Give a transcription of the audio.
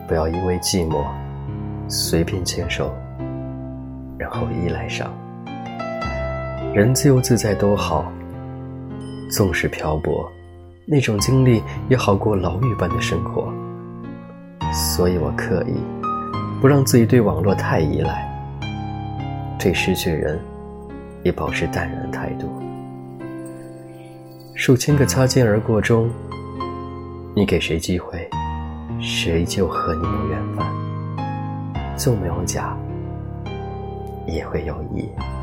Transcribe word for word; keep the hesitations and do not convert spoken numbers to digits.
不要因为寂寞随便牵手，然后依赖上。人自由自在多好，纵使漂泊，那种经历也好过牢狱般的生活。所以我刻意不让自己对网络太依赖，对失去人也保持淡然态度。数千个擦肩而过中，你给谁机会，谁就和你有缘分。纵没有假，也会有意。